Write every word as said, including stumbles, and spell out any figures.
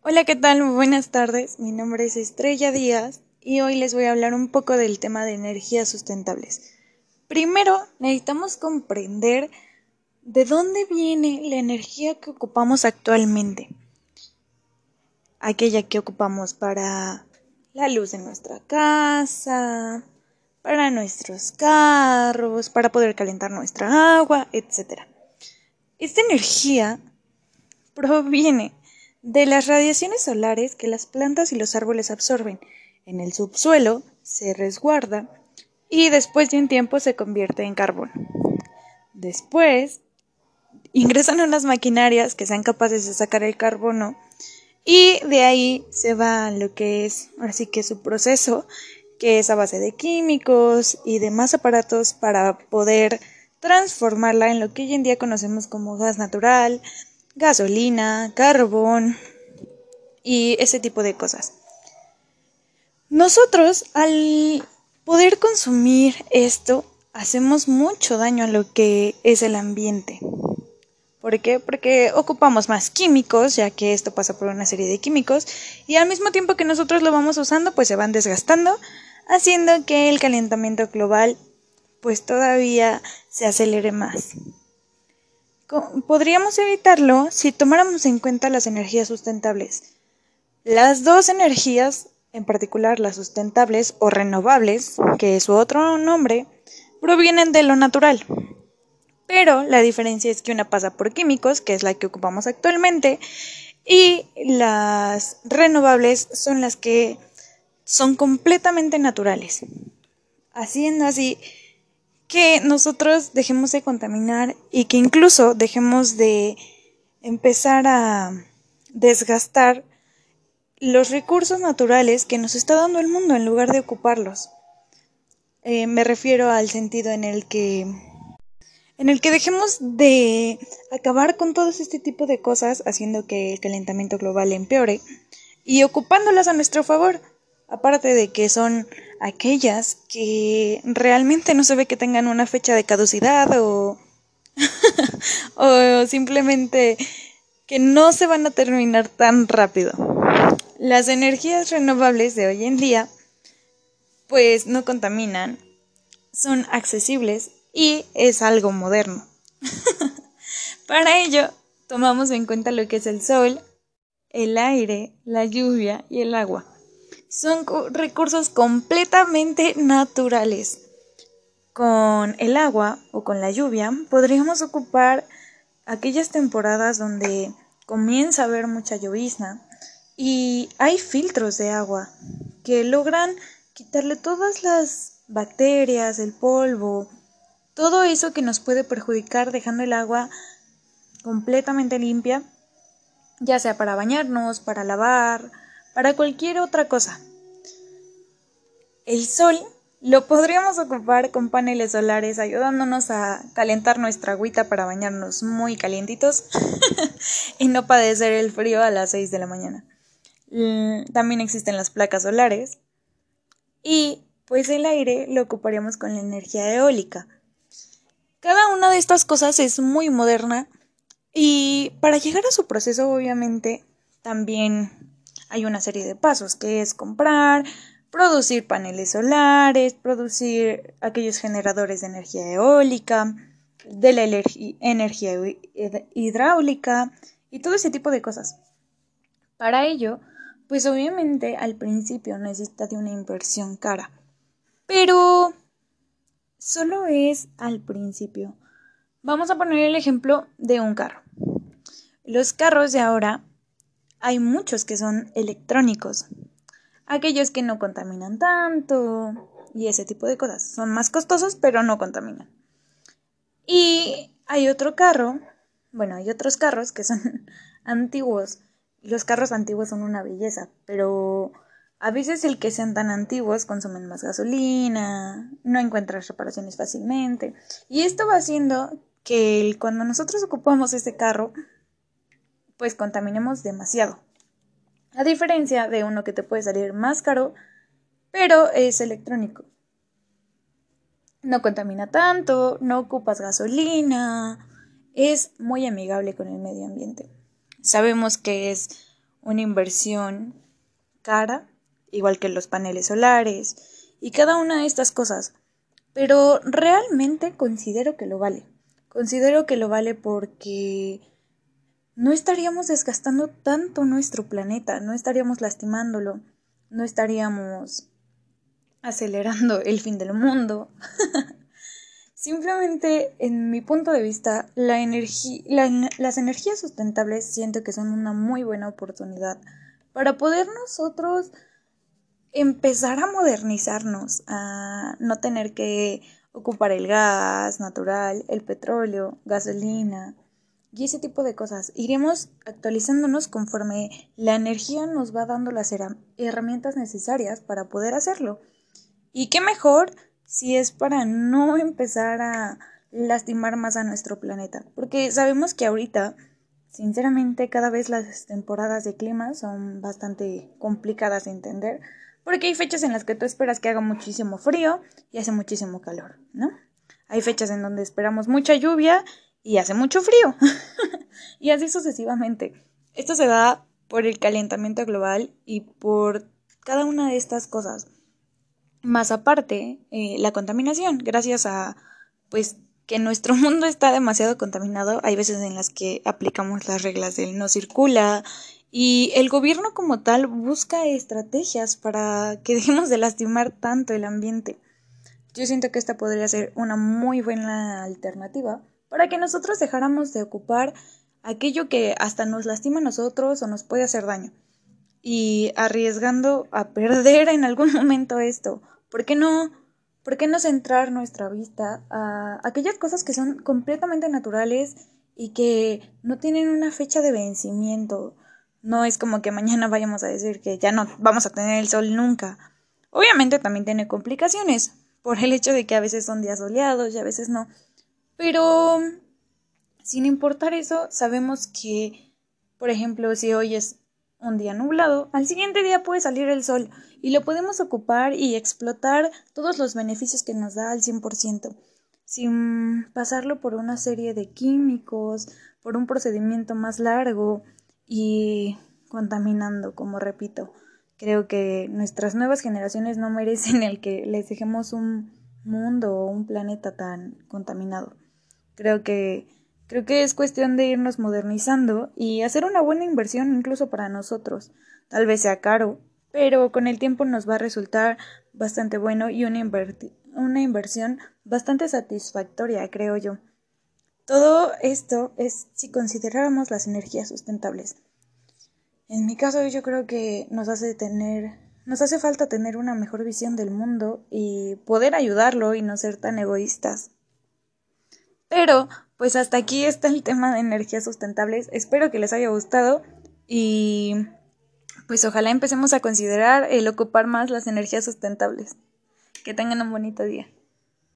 Hola, ¿qué tal? Muy buenas tardes. Mi nombre es Estrella Díaz y hoy les voy a hablar un poco del tema de energías sustentables. Primero, necesitamos comprender de dónde viene la energía que ocupamos actualmente. Aquella que ocupamos para la luz de nuestra casa, para nuestros carros, para poder calentar nuestra agua, etcétera. Esta energía proviene de las radiaciones solares que las plantas y los árboles absorben. En el subsuelo se resguarda y después de un tiempo se convierte en carbón. Después ingresan unas maquinarias que sean capaces de sacar el carbono y de ahí se va lo que es, ahora sí que su proceso, que es a base de químicos y demás aparatos para poder transformarla en lo que hoy en día conocemos como gas natural, gasolina, carbón y ese tipo de cosas. Nosotros, al poder consumir esto, hacemos mucho daño a lo que es el ambiente. ¿Por qué? Porque ocupamos más químicos, ya que esto pasa por una serie de químicos, y al mismo tiempo que nosotros lo vamos usando, pues se van desgastando, haciendo que el calentamiento global pues todavía se acelere más. Podríamos evitarlo si tomáramos en cuenta las energías sustentables. Las dos energías, en particular las sustentables o renovables, que es su otro nombre, provienen de lo natural. Pero la diferencia es que una pasa por químicos, que es la que ocupamos actualmente, y las renovables son las que son completamente naturales. Haciendo así que nosotros dejemos de contaminar y que incluso dejemos de empezar a desgastar los recursos naturales que nos está dando el mundo en lugar de ocuparlos. Eh, me refiero al sentido en el que en el que dejemos de acabar con todo este tipo de cosas, haciendo que el calentamiento global empeore y ocupándolas a nuestro favor, aparte de que son aquellas que realmente no se ve que tengan una fecha de caducidad o, o simplemente que no se van a terminar tan rápido. Las energías renovables de hoy en día pues no contaminan, son accesibles y es algo moderno. Para ello, tomamos en cuenta lo que es el sol, el aire, la lluvia y el agua. Son co- recursos completamente naturales. Con el agua o con la lluvia podríamos ocupar aquellas temporadas donde comienza a haber mucha llovizna y hay filtros de agua que logran quitarle todas las bacterias, el polvo, todo eso que nos puede perjudicar, dejando el agua completamente limpia, ya sea para bañarnos, para lavar, para cualquier otra cosa. El sol lo podríamos ocupar con paneles solares, ayudándonos a calentar nuestra agüita para bañarnos muy calientitos y no padecer el frío a las seis de la mañana. También existen las placas solares y pues el aire lo ocuparíamos con la energía eólica. Cada una de estas cosas es muy moderna y para llegar a su proceso obviamente también hay una serie de pasos, que es comprar, producir paneles solares, producir aquellos generadores de energía eólica, de la energía hidráulica y todo ese tipo de cosas. Para ello, pues obviamente al principio necesita de una inversión cara, pero solo es al principio. Vamos a poner el ejemplo de un carro. Los carros de ahora hay muchos que son electrónicos, aquellos que no contaminan tanto y ese tipo de cosas. Son más costosos, pero no contaminan. Y hay otro carro, bueno, hay otros carros que son antiguos. Los carros antiguos son una belleza, pero a veces el que sean tan antiguos consumen más gasolina, no encuentras reparaciones fácilmente. Y esto va haciendo que cuando nosotros ocupamos ese carro, pues contaminemos demasiado. A diferencia de uno que te puede salir más caro, pero es electrónico. No contamina tanto, no ocupas gasolina, es muy amigable con el medio ambiente. Sabemos que es una inversión cara, igual que los paneles solares y cada una de estas cosas. Pero realmente considero que lo vale. Considero que lo vale porque no estaríamos desgastando tanto nuestro planeta, no estaríamos lastimándolo, no estaríamos acelerando el fin del mundo. Simplemente, en mi punto de vista, la energía, la, las energías sustentables siento que son una muy buena oportunidad para poder nosotros empezar a modernizarnos, a no tener que ocupar el gas natural, el petróleo, gasolina y ese tipo de cosas. Iremos actualizándonos conforme la energía nos va dando las herramientas necesarias para poder hacerlo. Y qué mejor si es para no empezar a lastimar más a nuestro planeta. Porque sabemos que ahorita, sinceramente, cada vez las temporadas de clima son bastante complicadas de entender. Porque hay fechas en las que tú esperas que haga muchísimo frío y hace muchísimo calor, ¿no? Hay fechas en donde esperamos mucha lluvia y hace mucho frío. Y así sucesivamente. Esto se da por el calentamiento global y por cada una de estas cosas. Más aparte, eh, la contaminación, gracias a, pues, que nuestro mundo está demasiado contaminado, hay veces en las que aplicamos las reglas del no circula y el gobierno como tal busca estrategias para que dejemos de lastimar tanto el ambiente. Yo siento que esta podría ser una muy buena alternativa para que nosotros dejáramos de ocupar aquello que hasta nos lastima a nosotros o nos puede hacer daño. Y arriesgando a perder en algún momento esto, ¿por qué no, por qué no centrar nuestra vista a aquellas cosas que son completamente naturales y que no tienen una fecha de vencimiento? No es como que mañana vayamos a decir que ya no vamos a tener el sol nunca. Obviamente también tiene complicaciones por el hecho de que a veces son días soleados y a veces no. Pero sin importar eso, sabemos que, por ejemplo, si hoy es un día nublado, al siguiente día puede salir el sol y lo podemos ocupar y explotar todos los beneficios que nos da al cien por ciento, sin pasarlo por una serie de químicos, por un procedimiento más largo y contaminando, como repito. Creo que nuestras nuevas generaciones no merecen el que les dejemos un mundo o un planeta tan contaminado. Creo que Creo que es cuestión de irnos modernizando y hacer una buena inversión incluso para nosotros. Tal vez sea caro, pero con el tiempo nos va a resultar bastante bueno y una, inverti- una inversión bastante satisfactoria, creo yo. Todo esto es si consideráramos las energías sustentables. En mi caso yo creo que nos hace tener, nos hace falta tener una mejor visión del mundo y poder ayudarlo y no ser tan egoístas. Pero, pues hasta aquí está el tema de energías sustentables. Espero que les haya gustado y pues ojalá empecemos a considerar el ocupar más las energías sustentables. Que tengan un bonito día.